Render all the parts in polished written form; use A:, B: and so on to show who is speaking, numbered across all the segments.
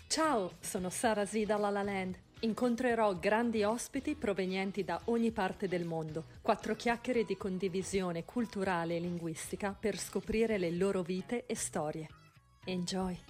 A: Ciao, sono Sara Z da La La Land. Incontrerò grandi ospiti provenienti da ogni parte del mondo. Quattro chiacchiere di condivisione culturale e linguistica per scoprire le loro vite e storie. Enjoy!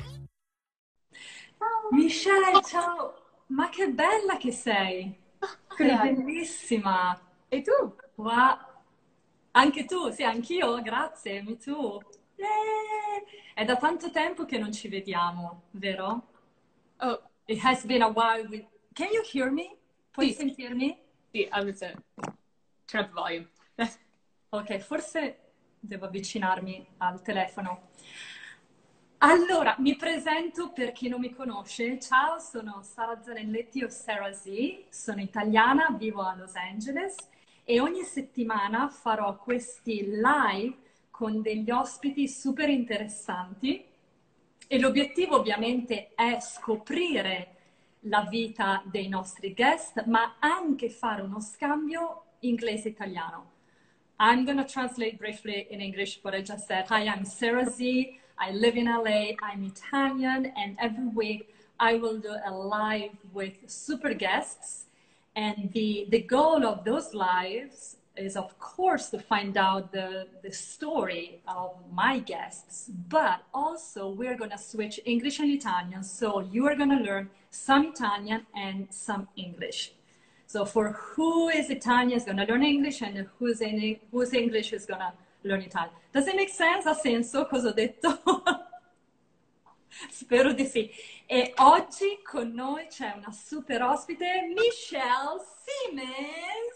A: Michelle, ciao! Ma che bella che sei! Sei
B: Grazie.
A: bellissima!
B: E tu?
A: Wow. Anche tu, sì, anch'io, grazie, mi tu. È da tanto tempo che non ci vediamo, vero?
B: Oh,
A: It has been a while. Can you hear me? Puoi
B: sì,
A: sentirmi?
B: sì, turn up the volume.
A: Ok, forse devo avvicinarmi al telefono. Allora, mi presento per chi non mi conosce. Ciao, sono Sara Zanelletti o Sarah Z, sono italiana, vivo a Los Angeles e ogni settimana farò questi live con degli ospiti super interessanti e l'obiettivo ovviamente è scoprire la vita dei nostri guest, ma anche fare uno scambio inglese-italiano. I'm going to translate briefly in English what I just said. Hi, I'm Sarah Z. I live in LA. I'm Italian. And every week I will do a live with super guests. And the goal of those lives is, of course, to find out the story of my guests. But also, we're going to switch English and Italian. So you are going to learn some Italian and some English. So for who is Italian is going to learn English and who's English is going to learn Italian. Does it make sense? Ha senso cosa ho detto? Spero di sì. E oggi con noi c'è una super ospite, Michelle Siemens.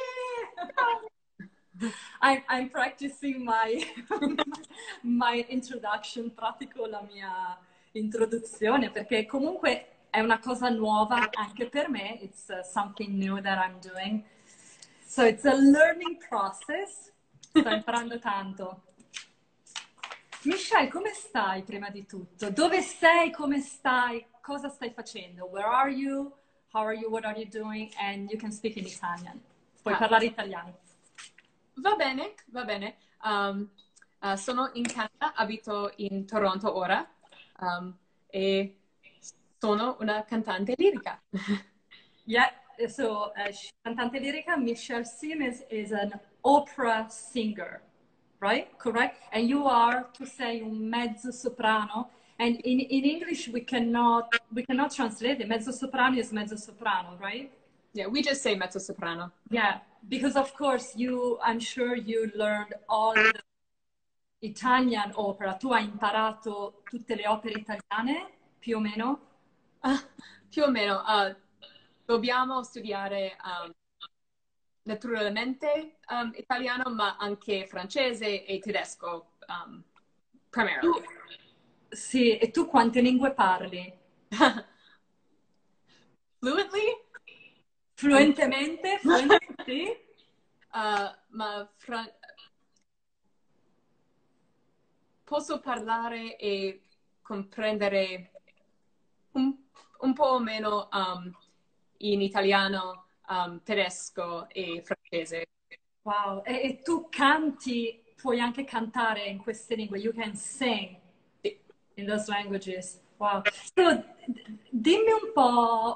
A: Yeah! I'm practicing my, my introduction, pratico la mia introduzione perché comunque è una cosa nuova anche per me. It's something new that I'm doing. So it's a learning process. Sto imparando tanto. Michelle, come stai prima di tutto? Dove sei? Come stai? Cosa stai facendo? Where are you? How are you? What are you doing? And you can speak in Italian. Puoi
B: Ah,
A: parlare italiano.
B: va bene, va bene. Sono in Canada, abito in Toronto ora, e sono una cantante lirica.
A: Yeah, so cantante lirica, Michelle Siemens is an opera singer, right? Correct? And you are, tu sei un mezzo soprano. And in English we cannot translate it. Mezzo soprano is mezzo soprano, right?
B: Yeah, we just say mezzo soprano.
A: Yeah, because of course I'm sure you learned all the Italian opera. Tu hai imparato tutte le opere italiane, più o meno?
B: Più o meno, dobbiamo studiare naturalmente italiano, ma anche francese e tedesco,
A: Tu,
B: primarily.
A: sì, e tu quante lingue parli?
B: Fluently?
A: Fluentemente? Fluentemente, sì?
B: Ma posso parlare e comprendere un, un po' meno in italiano, tedesco e francese.
A: Wow, e tu canti, puoi anche cantare in queste lingue. You can sing
B: Sì.
A: in those languages. Wow. So, dimmi un po',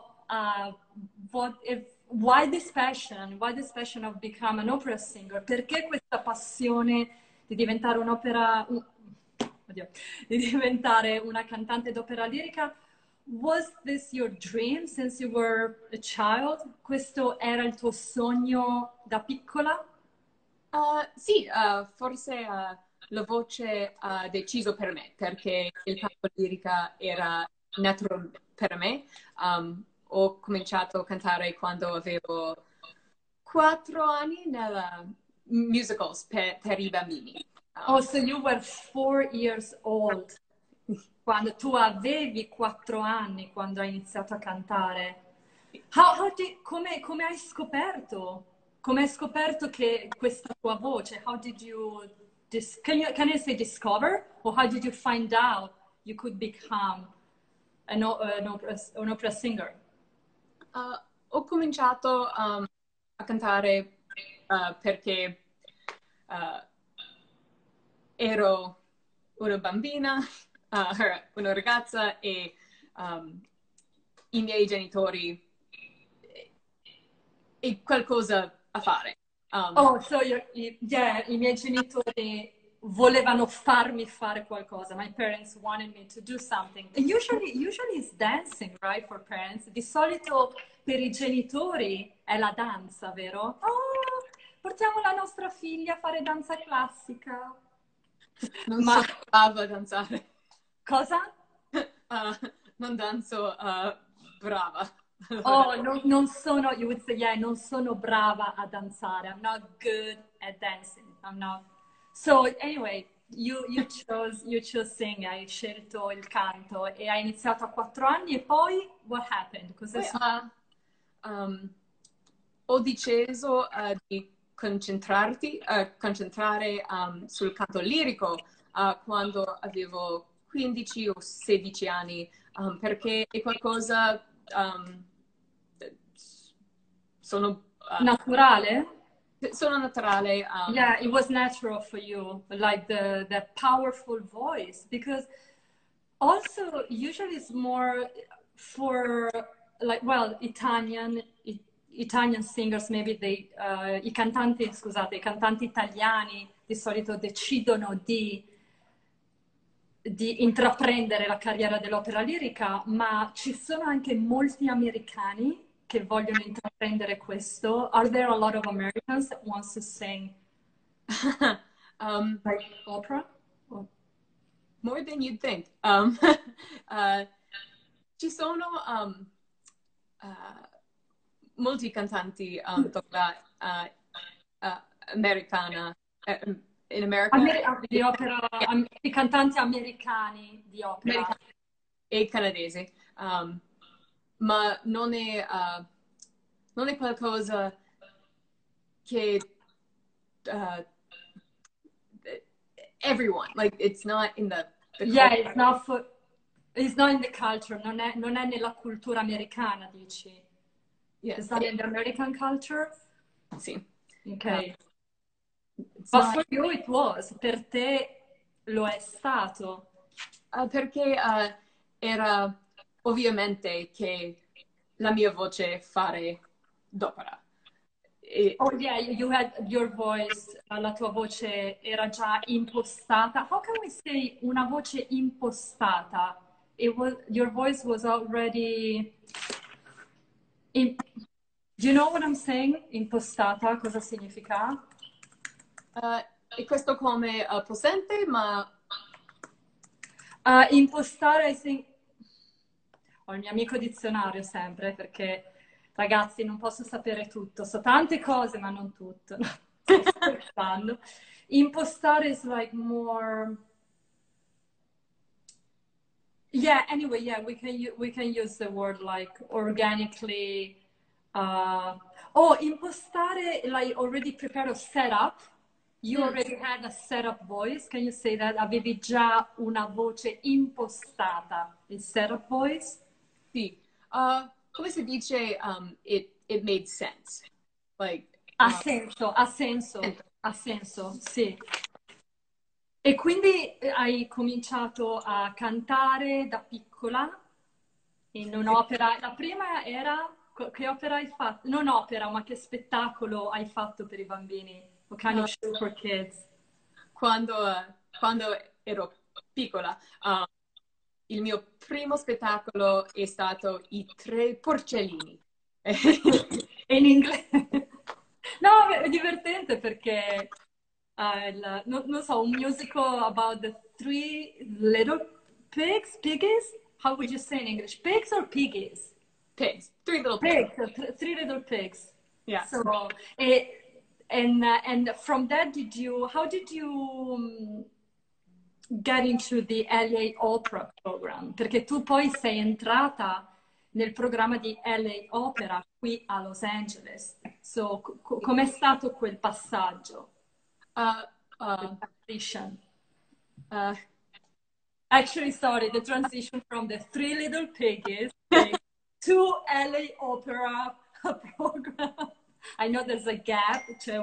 A: why this passion of become an opera singer? Perché questa passione di diventare oddio, di diventare una cantante d'opera lirica? Was this your dream since you were a child? Questo era il tuo sogno da piccola?
B: Sì, forse la voce ha deciso per me, perché il canto lirica era nato per me. Ho cominciato a cantare quando avevo 4 anni nella musicals per i bambini.
A: Oh,
B: Um,
A: so you were 4 years old. Quando tu avevi 4 anni, quando hai iniziato a cantare. Come hai scoperto? Come hai scoperto che questa tua voce? How did you, can you say discover? Or how did you find out you could become an opera singer?
B: Ho cominciato a cantare perché uh, ero una bambina, una ragazza e i miei genitori e qualcosa a fare.
A: Oh, so yeah, i miei genitori volevano farmi fare qualcosa. My parents wanted me to do something. And usually it's dancing, right, for parents. Di solito per i genitori è la danza, vero? Oh, portiamo la nostra figlia a fare danza classica.
B: Non
A: Ma
B: sono brava a danzare.
A: cosa?
B: Non danzo brava.
A: Oh, non sono, you would say, yeah, non sono brava a danzare. I'm not good at dancing. I'm not. So, anyway, you chose sing, hai scelto il canto e hai iniziato a 4 anni e poi what happened? Cos'è
B: Poi
A: successo?
B: ho deciso di concentrare sul canto lirico quando avevo 15 o 16 anni, perché è qualcosa sono,
A: Naturale?
B: sono naturale.
A: Yeah, it was natural for you, like the powerful voice, because also usually it's more for like well Italian singers maybe i cantanti, scusate, i cantanti italiani di solito decidono di intraprendere la carriera dell'opera lirica, ma ci sono anche molti americani che vogliono intraprendere questo. Are there a lot of Americans that wants to sing like opera? Or-
B: More than you'd think. Ci sono molti cantanti d'opera americana in America,
A: Di opera, di cantanti americani di opera.
B: americani e canadesi, ma non è qualcosa che everyone, like it's not in the
A: Yeah,
B: culture.
A: it's not in the culture, non è nella cultura americana, dici.
B: Yes,
A: It's not in the American culture?
B: sì.
A: Ok.
B: It's
A: But
B: not,
A: for you it was, per te lo è stato.
B: perché era ovviamente che la mia voce fare d'opera. E,
A: Oh yeah, you had your voice, la tua voce era già impostata. How can we say una voce impostata? Your voice was already in, do you know what I'm saying? Impostata, cosa significa?
B: e questo come possente, ma
A: Impostare, I think. Ho il mio amico dizionario sempre perché ragazzi non posso sapere tutto, so tante cose ma non tutto. Sto scherzando. Impostare is like more. Yeah, anyway, yeah, we can use the word like organically. Oh, impostare, like already prepared a setup. You already had a setup voice. Can you say that? Avevi già una voce impostata, il setup voice?
B: sì. Come si dice, it made sense. Like,
A: Ha senso, ha senso, ha senso, sì. E quindi hai cominciato a cantare da piccola in un'opera. La prima era, che opera hai fatto? Non opera, ma che spettacolo hai fatto per i bambini? What kind of show for kids?
B: quando ero piccola, il mio primo spettacolo è stato I Tre Porcellini.
A: E in inglese? No, è divertente perché non so, un musical about the three little piggies? How would you say in English? Pigs or piggies?
B: Pigs, three little pigs.
A: Pigs, three little pigs.
B: Yeah.
A: So, and from that, how did you get into the LA Opera program? Perché tu poi sei entrata nel programma di LA Opera qui a Los Angeles. So, com'è stato quel passaggio?
B: Uh,
A: The
B: uh,
A: transition.
B: uh,
A: Actually, sorry, the transition from the Three Little Piggies to LA Opera program. I know there's a gap, c'è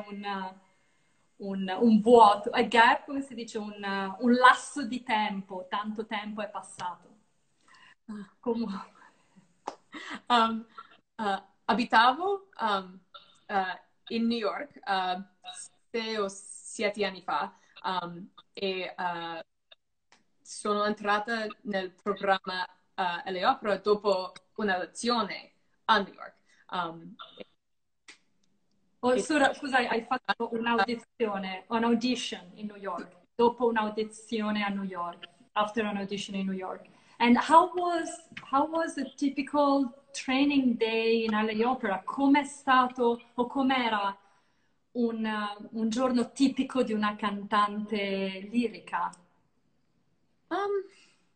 A: un vuoto, a gap, come si dice, un lasso di tempo, tanto tempo è passato. Comunque.
B: Um, abitavo in New York 6 o 7 anni fa e sono entrata nel programma Eleopera dopo una lezione a New York. Um,
A: Oh,
B: e-
A: scusa, hai fatto un'audizione, un audition in New York, dopo un'audizione a New York, after an audition in New York. And how was a typical training day in LA Opera? Com'è stato o com'era un giorno tipico di una cantante lirica?
B: um,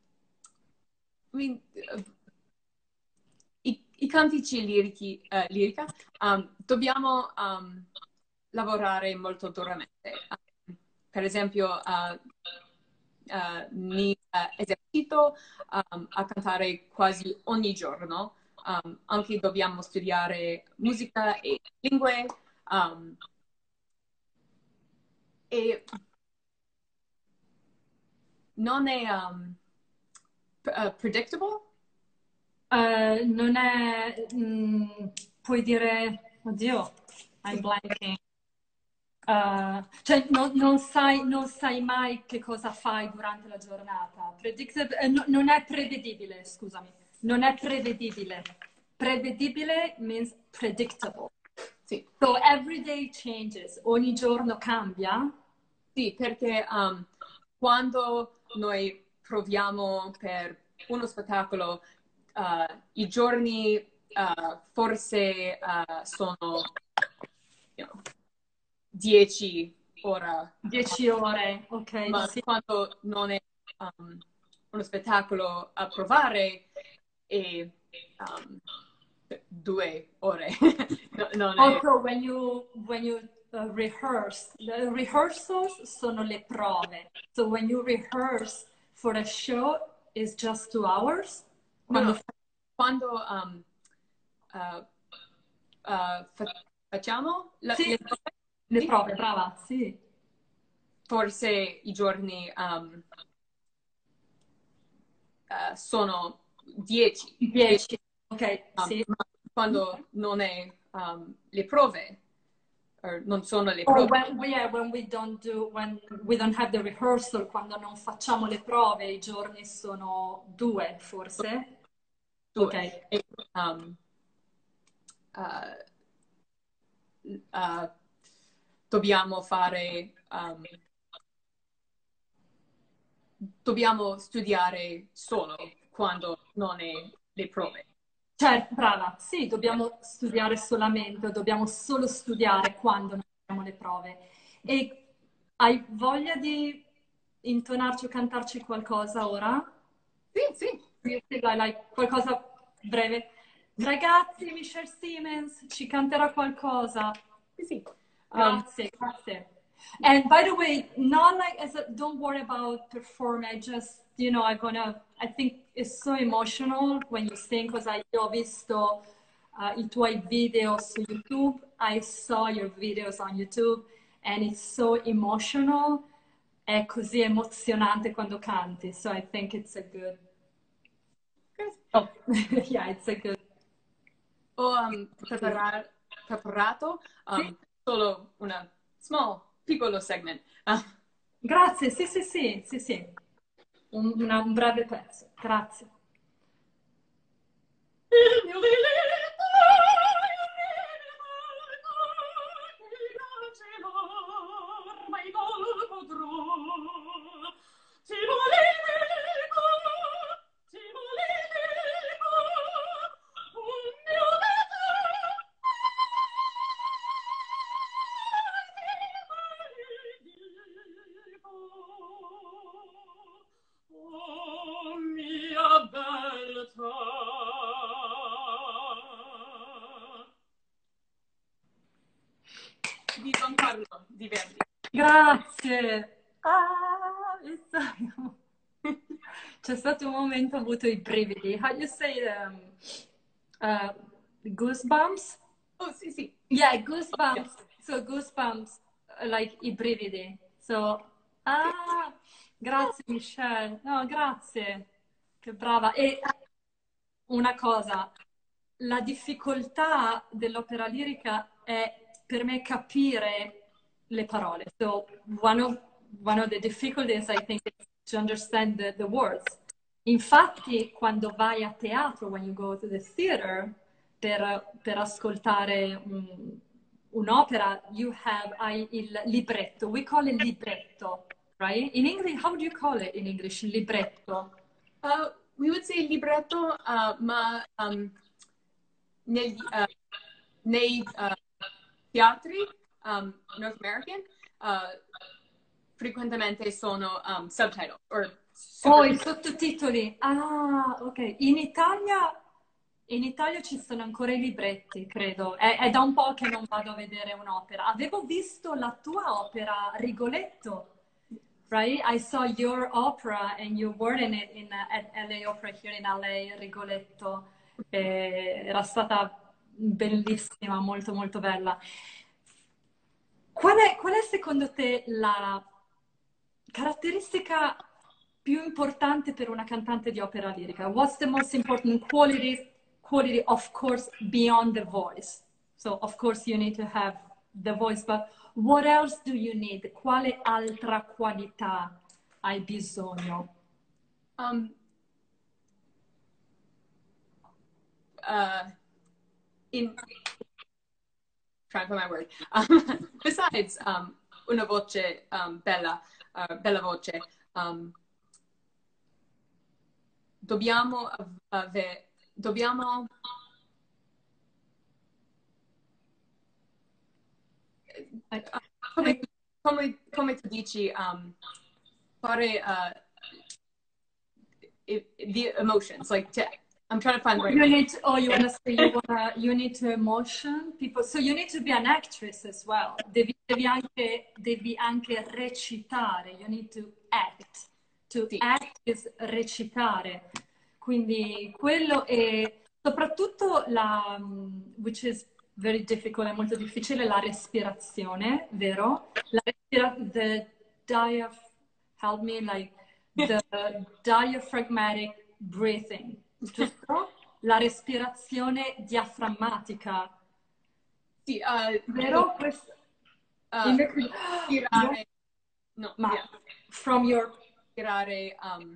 B: I mean, i cantici lirica dobbiamo lavorare molto duramente. Per esempio, mi esercito a cantare quasi ogni giorno. Anche dobbiamo studiare musica e lingue. E non è predictable.
A: Non è, puoi dire, oddio, I'm blanking. Cioè non sai mai che cosa fai durante la giornata. Non è prevedibile, scusami. Non è prevedibile. Prevedibile means predictable.
B: Sì.
A: So every day changes. Ogni giorno cambia.
B: Sì, perché quando noi proviamo per uno spettacolo, i giorni forse sono 10 ore,
A: 10 ore, ok,
B: ma
A: sì.
B: quando non è uno spettacolo a provare è 2 ore. Non è...
A: Also, when you rehearse, the rehearsals sono le prove. So when you rehearse for a show, it's just 2 hours.
B: No, no,
A: Quando
B: quando uh, facciamo
A: sì,
B: le prove,
A: le
B: sì,
A: prove, brava, sì.
B: forse i giorni sono 10,
A: 10, ok, sì.
B: ma quando non è le prove, non sono le
A: Or
B: prove,
A: when we don't have the rehearsal, quando non facciamo le prove, i giorni sono 2, forse.
B: 2.
A: Ok.
B: E, uh, uh, dobbiamo fare, dobbiamo studiare solo quando non è le prove.
A: Certo, brava, sì, dobbiamo studiare solamente, dobbiamo solo studiare quando non abbiamo le prove. E hai voglia di intonarci o cantarci qualcosa ora?
B: Sì, sì,
A: Sì, sì, dai, qualcosa breve. Ragazzi, Michelle Siemens ci canterà qualcosa.
B: sì, sì.
A: Grazie, grazie. And by the way, not like don't worry about performing. I think it's so emotional when you sing, because io ho visto i tuoi video su YouTube. I saw your videos on YouTube and it's so emotional. È così emozionante quando canti. So I think it's a good, oh, yeah, it's a good.
B: Ho preparato
A: Sì,
B: solo una piccolo segment.
A: grazie, sì, sì, sì, sì, sì. Un breve pezzo, grazie.
B: Il mio diletto, ormai non potrò. Ci volevo, ci volevo, un mio oh mia beltà. Di Don Carlo di Verdi.
A: Grazie. C'è stato un momento, ho avuto i brividi. How you say uh, goosebumps?
B: Oh, sì, sì.
A: Yeah, goosebumps. So goosebumps, like i brividi. So, grazie Michelle. No, grazie. Che brava. E una cosa, la difficoltà dell'opera lirica è per me capire le parole. So one of the difficulties I think is to understand the words. Infatti, quando vai a teatro, when you go to the theater, per ascoltare un'opera, hai il libretto. We call it libretto, right? In English, how do you call it in English? Libretto.
B: We would say libretto, ma nei teatri North American frequentemente sono subtitle or
A: Oh, i sottotitoli. Ah, ok. In Italia ci sono ancora i libretti, credo. È da un po' che non vado a vedere un'opera. Avevo visto la tua opera, Rigoletto, right? I saw your opera and you were in it at LA Opera here in LA, Rigoletto. Era stata bellissima, molto molto bella. Qual è secondo te la caratteristica più importante per una cantante di opera lirica? What's the most important quality, of course, beyond the voice? So, of course, you need to have the voice, but what else do you need? Quale altra qualità hai bisogno?
B: Trying to find my word. Besides una voce bella, bella voce, dobbiamo come tu dici, fare the emotions, like I'm trying to find the right
A: You need to, oh, you wanna say you need to emotion people. So you need to be an actress as well. Devi anche recitare. You need to act. To act is recitare. Quindi quello è soprattutto which is very difficult, è molto difficile, la respirazione, vero? Help me, like the diaphragmatic breathing, giusto? La respirazione diaframmatica.
B: Sì,
A: vero?
B: Respirare, no,
A: ma from your
B: respirare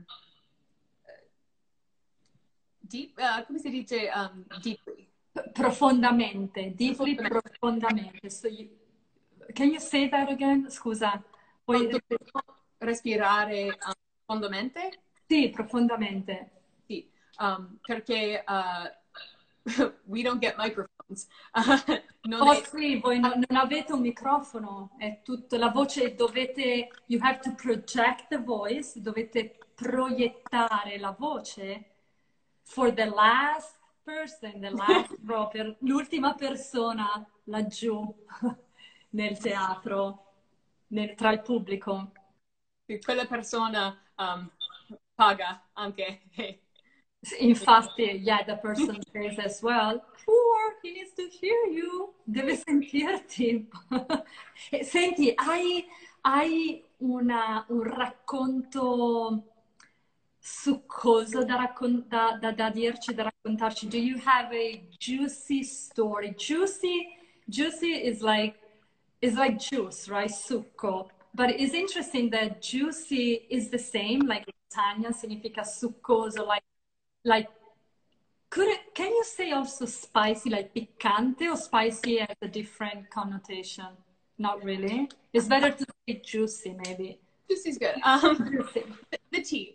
B: deep, come si dice deeply?
A: Deeply, profondamente. So can you say that again? Scusa. Puoi
B: respirare profondamente?
A: Sì, profondamente.
B: Sì, perché we don't get microphones.
A: Sì, voi non avete un microfono, è tutto, la voce you have to project the voice, dovete proiettare la voce for the last person, the last row, per l'ultima persona laggiù nel teatro, tra il pubblico.
B: Quella persona paga anche.
A: Infatti, yeah, the person says as well, poor, he needs to hear you, deve sentirti. Senti, hai un racconto succoso da dirci, da raccontarci? Do you have a juicy story? Juicy is like juice, right? Succo. But it's interesting that juicy is the same, like in Italian significa succoso, like can you say also spicy, like piccante, or spicy has a different connotation? Not really. It's better to say juicy, maybe.
B: Juicy is good.
A: Juicy.
B: The tea.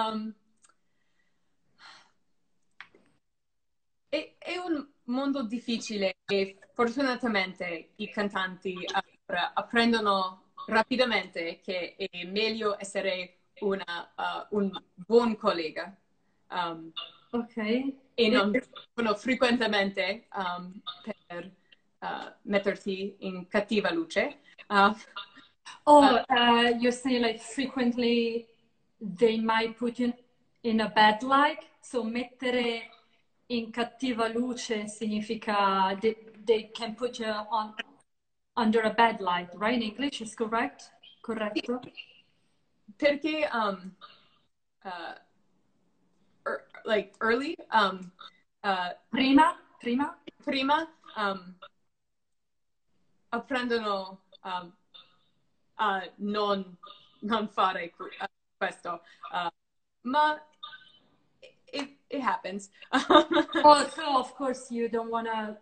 B: È un mondo difficile e fortunatamente i cantanti apprendono rapidamente che è meglio essere un buon collega.
A: Ok.
B: E non sono frequentemente per metterti in cattiva luce.
A: You're saying like frequently they might put you in a bad light? So mettere in cattiva luce significa they can put you under a bad light, right? In English is correct? Corretto?
B: Perché like early,
A: prima,
B: apprendono a non fare questo, ma it happens.
A: Oh, so of course you don't wanna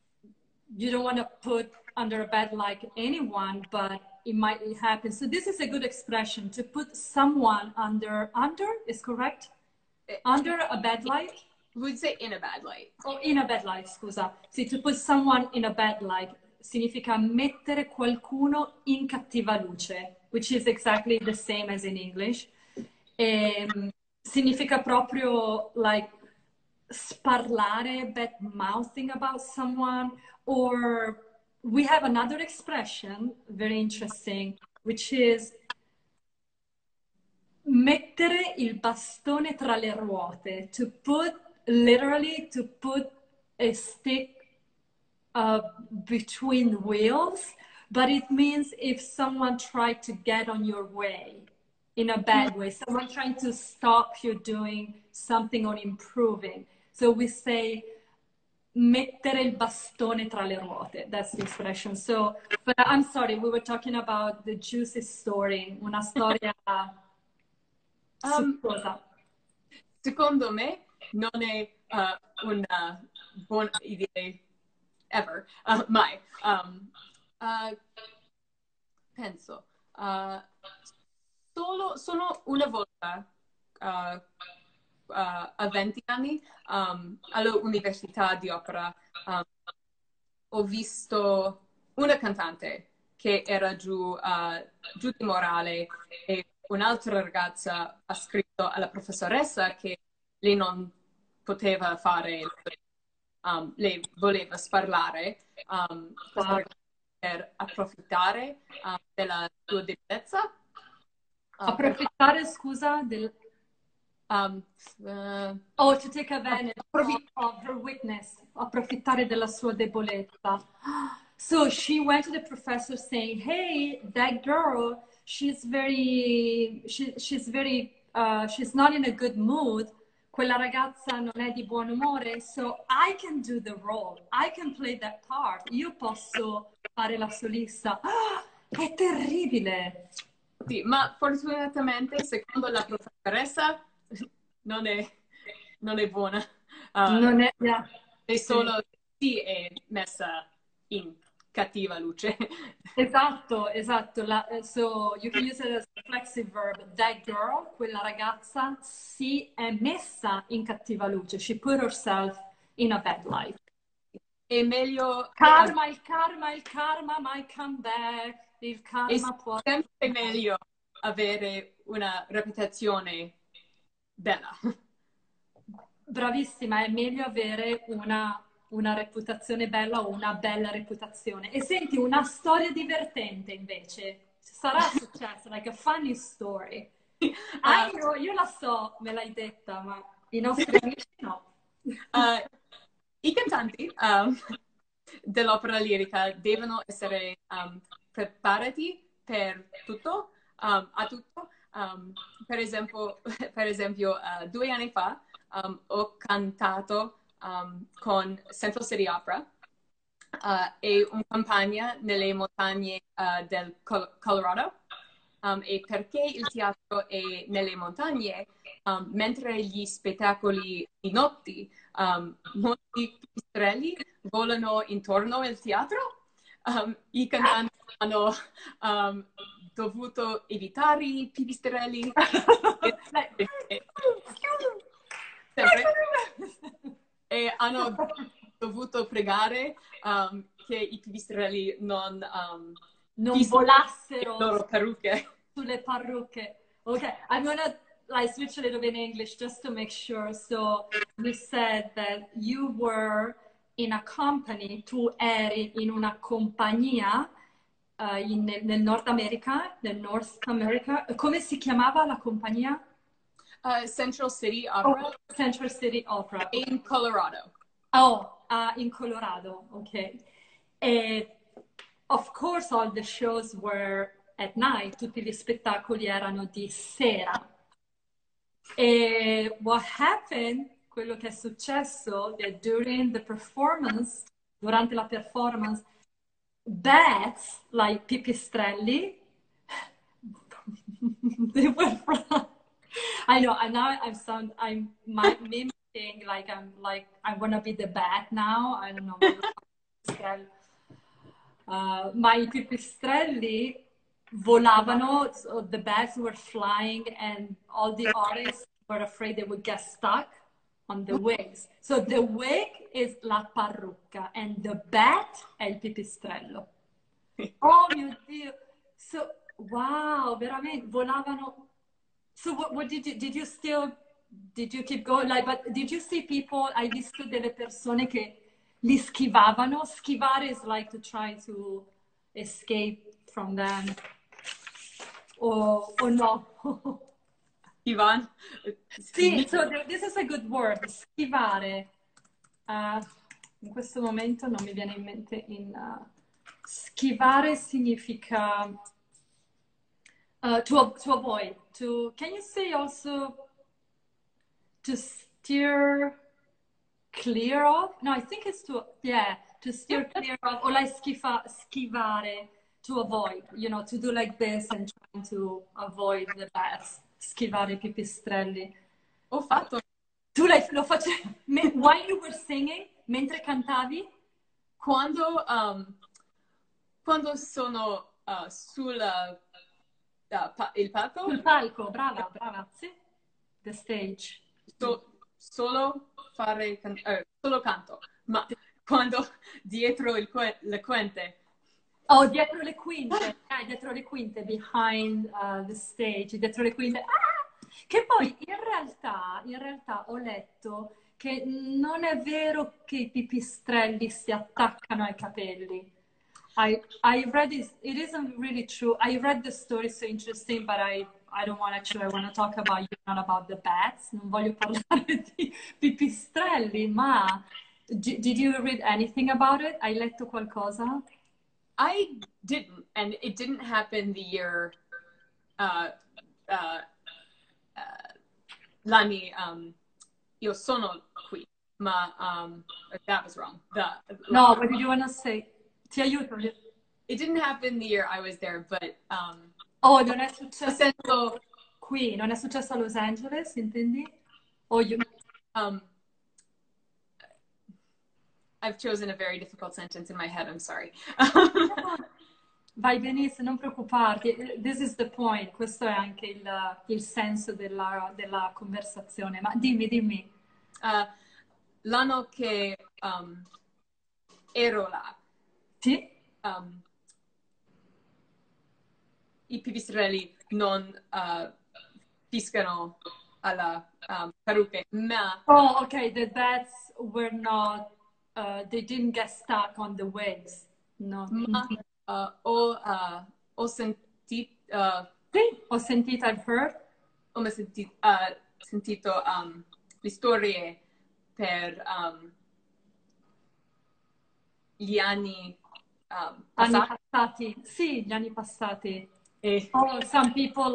A: put under a bed like anyone, but it might happen. So this is a good expression, to put someone under is correct? Under a bad light?
B: Would say in a bad light.
A: Oh, in a bad light, scusa. Sì, to put someone in a bad light significa mettere qualcuno in cattiva luce, which is exactly the same as in English. Significa proprio like sparlare, bad mouthing about someone, or we have another expression, very interesting, which is mettere il bastone tra le ruote, to put a stick between wheels, but it means if someone tried to get on your way in a bad way, someone trying to stop you doing something or improving. So we say mettere il bastone tra le ruote. That's the expression. So, but I'm sorry, we were talking about the juicy story, una storia succosa.
B: Secondo me non è una buona idea ever, mai. Penso. Solo una volta a 20 anni all'università di opera ho visto una cantante che era giù di morale e un'altra ragazza ha scritto alla professoressa che lei non poteva fare, lei voleva sparlare per approfittare della sua debolezza.
A: Approfittare, scusa, del... to take advantage of her weakness. Approfittare della sua debolezza. So she went to the professor saying, hey, that girl, she's not in a good mood. Quella ragazza non è di buon umore, so I can do the role. I can play that part. Io posso fare la solista. È terribile.
B: Sì, ma fortunatamente, secondo la professoressa, non è buona.
A: Non è...
B: È solo sì, è messa in cattiva luce.
A: Esatto. So you can use it as a flexive verb. That girl, quella ragazza, si è messa in cattiva luce. She put herself in a bad light.
B: È meglio...
A: il karma might come back. Il karma può...
B: È sempre meglio avere una reputazione bella.
A: Bravissima, è meglio avere una reputazione bella o una bella reputazione. E senti, una storia divertente invece. Sarà successo, like a funny story. Io la so, me l'hai detta, ma i nostri amici no.
B: I cantanti dell'opera lirica devono essere preparati per tutto, a tutto. Per esempio 2 anni fa ho cantato con Central City Opera e una campagna nelle montagne del Colorado. E perché il teatro è nelle montagne, mentre gli spettacoli di notte, molti pipistrelli volano intorno al teatro, i cantanti hanno dovuto evitare i pipistrelli e hanno dovuto pregare che i pipistrelli non
A: volassero
B: le loro parrucche.
A: Sulle parrucche. Okay, I'm gonna switch a little bit in English just to make sure. So you said that you were in a company, tu eri in una compagnia nel Nord America, Come si chiamava la compagnia?
B: Central City Opera.
A: Central City Opera.
B: In Colorado.
A: In Colorado, ok. Of course, all the shows were at night, tutti gli spettacoli erano di sera. E what happened, quello che è successo, that during the performance, durante la performance, bats, like pipistrelli, they were from, I know, and now I'm mimicking, like, I want to be the bat now, I don't know, ma i pipistrelli volavano, so the bats were flying and all the artists were afraid they would get stuck on the wigs. So the wig is la parrucca and the bat è il pipistrello. Oh mio Dio! So, wow, veramente, volavano. So what did you still, did you keep going? Like, but did you see people, hai visto delle persone che li schivavano? Schivare is like to try to escape from them. O no?
B: Ivan?
A: Sì, so this is a good word, schivare. In questo momento non mi viene in mente schivare significa to avoid. Can you say also to steer clear of? No, I think it's to steer clear of, or like schivare, to avoid, you know, to do like this and trying to avoid the bats, schivare i pipistrelli.
B: Ho fatto.
A: Tu lo facevi while you were singing, mentre cantavi?
B: Quando sono il palco?
A: Sul palco, brava, brava, sì. The stage.
B: Solo canto, ma quando dietro le quinte.
A: Oh, dietro le quinte, dietro le quinte, behind the stage, dietro le quinte. Che poi in realtà ho letto che non è vero che i pipistrelli si attaccano ai capelli. I read it isn't really true. I read the story, so interesting, but I don't want actually, I want to talk about you, not about the bats. Non voglio parlare di pipistrelli, ma did you read anything about it? Hai letto qualcosa?
B: I didn't, and it didn't happen the year l'anni io sono qui, ma that was wrong.
A: No, what did you want to say? Ti aiuto.
B: It didn't happen the year I was there, but
A: oh, non è successo qui, non è successo a Los Angeles, intendi?
B: I've chosen a very difficult sentence in my head, I'm sorry.
A: Vai benissimo, non preoccuparti. This is the point. Questo è anche il senso della conversazione. Ma dimmi.
B: L'anno che ero là,
A: sì?
B: I pipistrelli non fiscano alla parrucca, ma...
A: Oh, ok, the bats were not, they didn't get stuck on the waves. No.
B: Ma ho sentito...
A: sì, ho sentito, I've heard.
B: Ho sentito le storie per gli anni
A: passati. Sì, gli anni passati. Oh, some people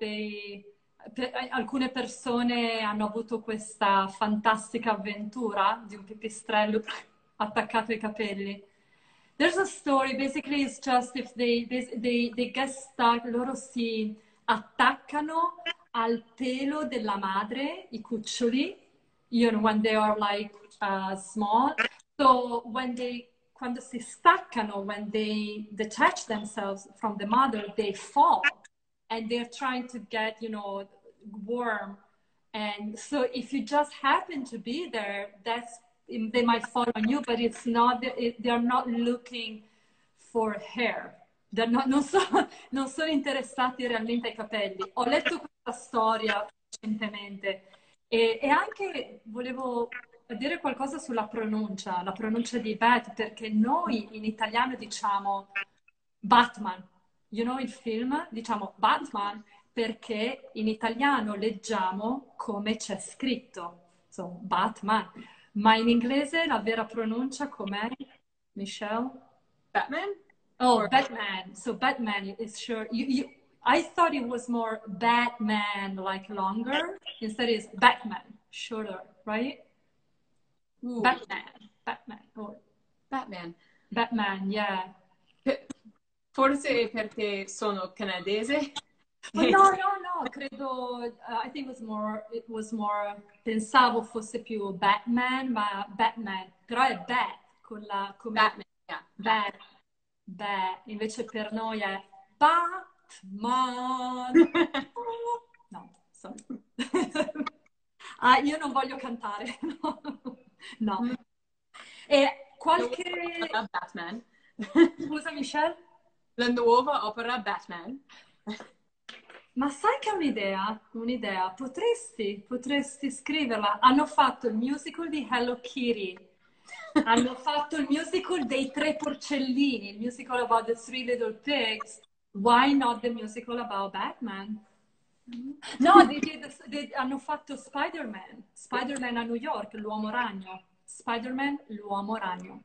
A: alcune persone hanno avuto questa fantastica avventura di un pipistrello attaccato ai capelli. There's a story, basically it's just if they get stuck, loro si attaccano al pelo della madre, i cuccioli, you know, when they are like small. So quando si staccano, when they detach themselves from the mother, they fall. And they're trying to get, you know, warm. And so if you just happen to be there, they might fall on you, but it's not, they're not looking for hair. Non sono interessati realmente ai capelli. Ho letto questa storia recentemente e anche volevo dire qualcosa sulla pronuncia, la pronuncia di Bat, perché noi in italiano diciamo Batman. You know il film? Diciamo Batman perché in italiano leggiamo come c'è scritto. So, Batman. Ma in inglese la vera pronuncia com'è, Michelle?
B: Batman?
A: Oh, Batman. So Batman is sure. I thought it was more Batman, like longer. Instead, it's Batman, shorter, right?
B: Ooh,
A: Batman, or
B: Batman.
A: Batman, yeah.
B: Forse è perché sono canadese.
A: Oh, no, credo, I think it was more, pensavo fosse più Batman, ma Batman, però è Bat, con la, come,
B: Batman, yeah.
A: Bat, invece per noi è Batman. No, sorry. Ah, io non voglio cantare, no. No. E qualche...
B: Batman.
A: Scusa, Michelle?
B: La nuova opera Batman.
A: Ma sai che ho un'idea, potresti scriverla. Hanno fatto il musical di Hello Kitty, hanno fatto il musical dei tre porcellini, il musical about the three little pigs. Why not the musical about Batman? No, hanno fatto Spider-Man a New York, l'uomo ragno. Spider-Man, l'uomo ragno.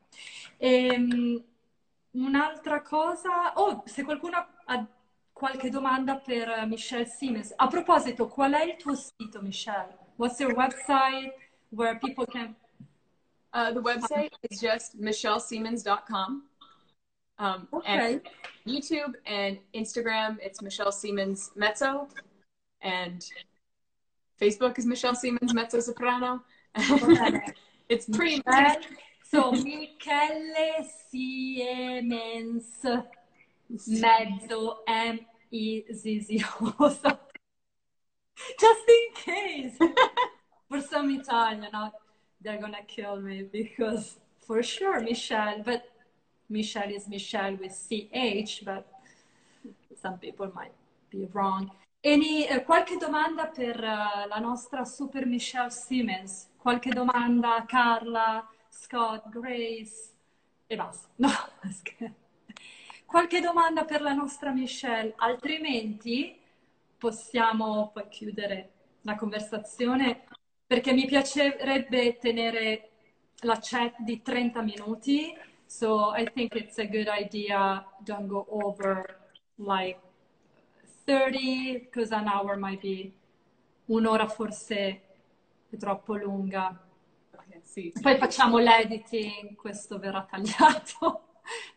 A: Un'altra cosa, oh, se qualcuno ha qualche domanda per Michelle Siemens. A proposito, qual è il tuo sito, Michelle? What's your website where people can...
B: The website is just michellesiemens.com.
A: Okay.
B: And YouTube and Instagram, it's Michelle Siemens Mezzo. And Facebook is Michelle Siemens Mezzo Soprano. It's pretty much...
A: So, Michele Siemens Mezzo M-E-Z-Z-O. Just in case. For some Italian, they're gonna kill me because for sure Michelle, but Michelle is Michelle with CH, but some people might be wrong. Qualche domanda per la nostra super Michelle Siemens? Qualche domanda, Carla, Scott, Grace e basta. No, qualche domanda per la nostra Michelle? Altrimenti possiamo poi chiudere la conversazione perché mi piacerebbe tenere la chat di 30 minuti. So I think it's a good idea. Don't go over like 30, because an hour might be un'ora forse è troppo lunga.
B: Okay, sì.
A: Poi facciamo l'editing, questo verrà tagliato,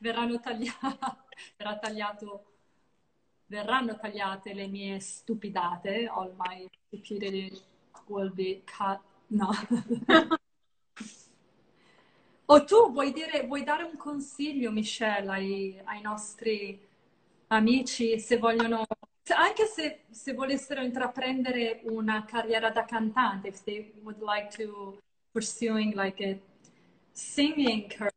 A: verranno tagliate le mie stupidate, all my stupidity will be cut. No. O tu vuoi dare un consiglio, Michelle, ai nostri amici se vogliono, anche se volessero intraprendere una carriera da cantante, if they would like to pursuing like a singing career.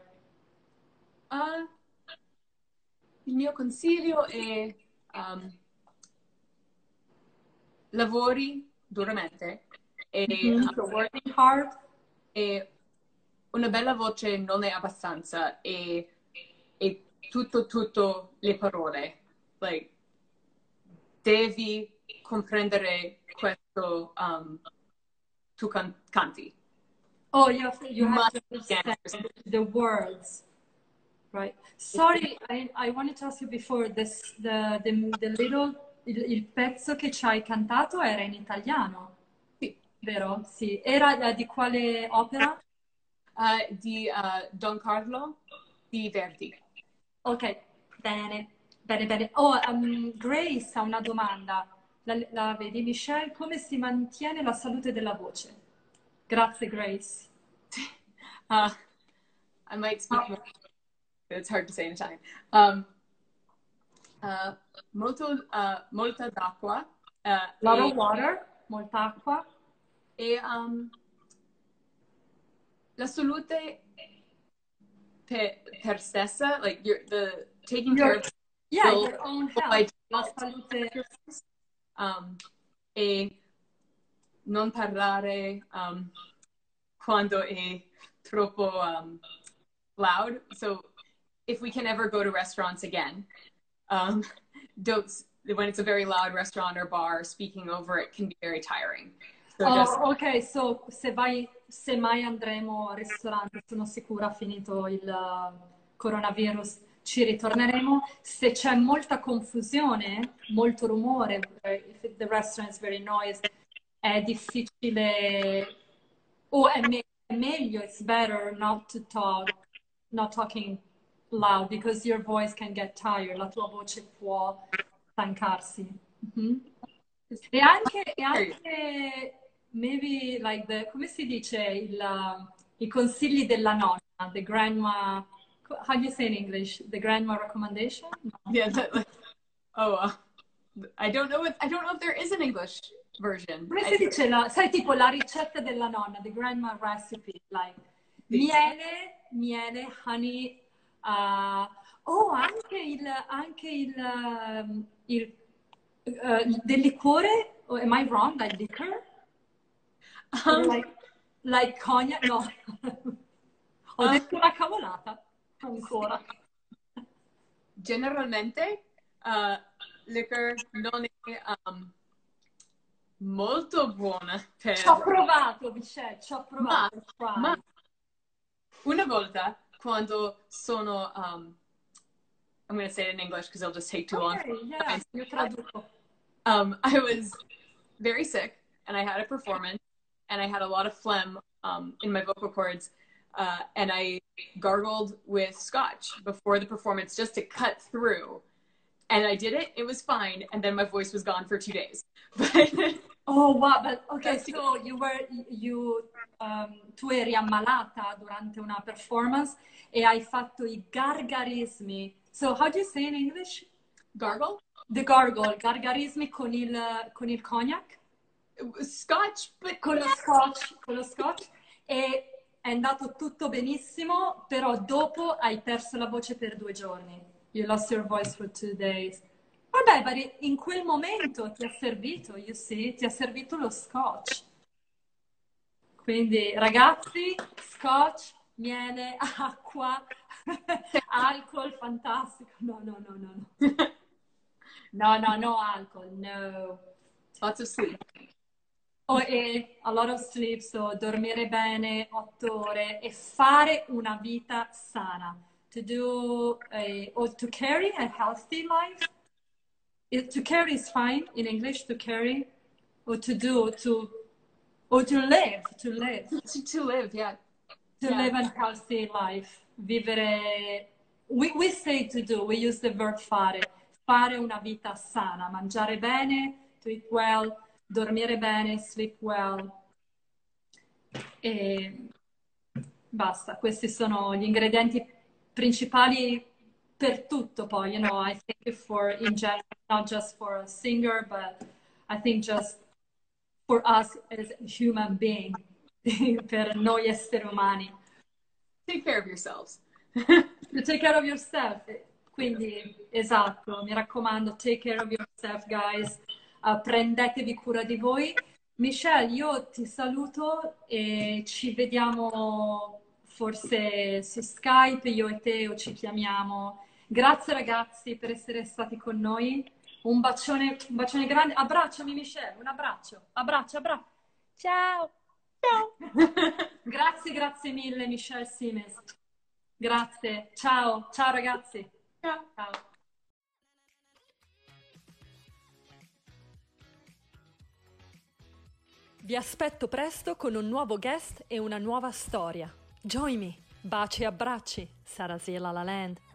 B: Il mio consiglio è lavori duramente
A: So working hard.
B: e una bella voce non è abbastanza e tutto le parole. Like, devi comprendere questo tu canti.
A: Oh, you have to understand the words. Right. Sorry, I wanted to ask you before, the little, il pezzo che ci hai cantato era in italiano,
B: Sì.
A: vero? Sì. Era di quale opera?
B: Di Don Carlo di Verdi.
A: Ok, bene, bene, bene. Oh, Grace ha una domanda. La vedi, Michelle? Come si mantiene la salute della voce? Grazie, Grace.
B: I might speak more. It's hard to say in Italian. Molta d'acqua.
A: Lot of water, molta acqua.
B: E la salute per stessa, like taking care of
A: your own health. La salute.
B: E non parlare quando è troppo loud. So if we can ever go to restaurants again, when it's a very loud restaurant or bar, speaking over it can be very tiring. So
A: ok, so se mai andremo al ristorante, sono sicura, finito il coronavirus, ci ritorneremo. Se c'è molta confusione, molto rumore, if the restaurant is very noisy, è difficile, o è meglio, it's better not to talk, not talking loud, because your voice can get tired, la tua voce può stancarsi. Mhm. E anche, maybe, like, come si dice, i consigli della nonna, the grandma, how do you say in English? The grandma recommendation? No.
B: Yeah. I don't know if there is an English version.
A: Come si dice, sai, tipo la ricetta della nonna, the grandma recipe, like,
B: Sì.
A: miele, honey, del liquore, am I wrong? Like liquor? Like cognac? No. Ho detto una cavolata. Ancora.
B: Generalmente, liquor non è molto buona per...
A: Ci ho provato, Michelle, ci ho provato.
B: Ma una volta, quando sono... I'm going to say it in English because it'll just take too long.
A: Yeah, io traduco.
B: I was very sick and I had a performance and I had a lot of phlegm in my vocal cords and I gargled with scotch before the performance just to cut through. And I did it, it was fine, and then my voice was gone for 2 days.
A: Oh, wow, but okay, so tu eri ammalata durante una performance e hai fatto i gargarismi. So, how do you say in English?
B: Gargle?
A: The gargarismi con il cognac?
B: Scotch, but...
A: Con lo scotch. E è andato tutto benissimo, però dopo hai perso la voce per 2 giorni. You lost your voice for 2 days. Vabbè, ma in quel momento ti ha servito, you see, ti ha servito lo scotch. Quindi, ragazzi, scotch, miele, acqua, alcol, fantastico. No. No alcol, no.
B: Lots of sleep.
A: A lot of sleep, so dormire bene 8 ore e fare una vita sana. To carry a healthy life. To carry is fine in English, to carry, or to live.
B: To live, yeah.
A: To live a healthy life. Vivere, we say to do, we use the verb fare. Fare una vita sana, mangiare bene, to eat well, dormire bene, sleep well. E basta, questi sono gli ingredienti principali per tutto poi, you know, I think for in general, not just for a singer, but I think just for us as human being, per noi esseri umani.
B: Take care of yourselves.
A: To take care of yourself. Quindi, esatto, mi raccomando, take care of yourself, guys. Prendetevi cura di voi. Michelle, io ti saluto e ci vediamo forse su Skype, io e te, o ci chiamiamo. Grazie ragazzi per essere stati con noi. Un bacione grande. Abbracciami Michelle, un abbraccio. Abbraccio. Ciao. Grazie mille Michelle Simes. Grazie. Ciao ragazzi.
B: Ciao.
C: Vi aspetto presto con un nuovo guest e una nuova storia. Join me. Baci e abbracci. Sarasiela La Land.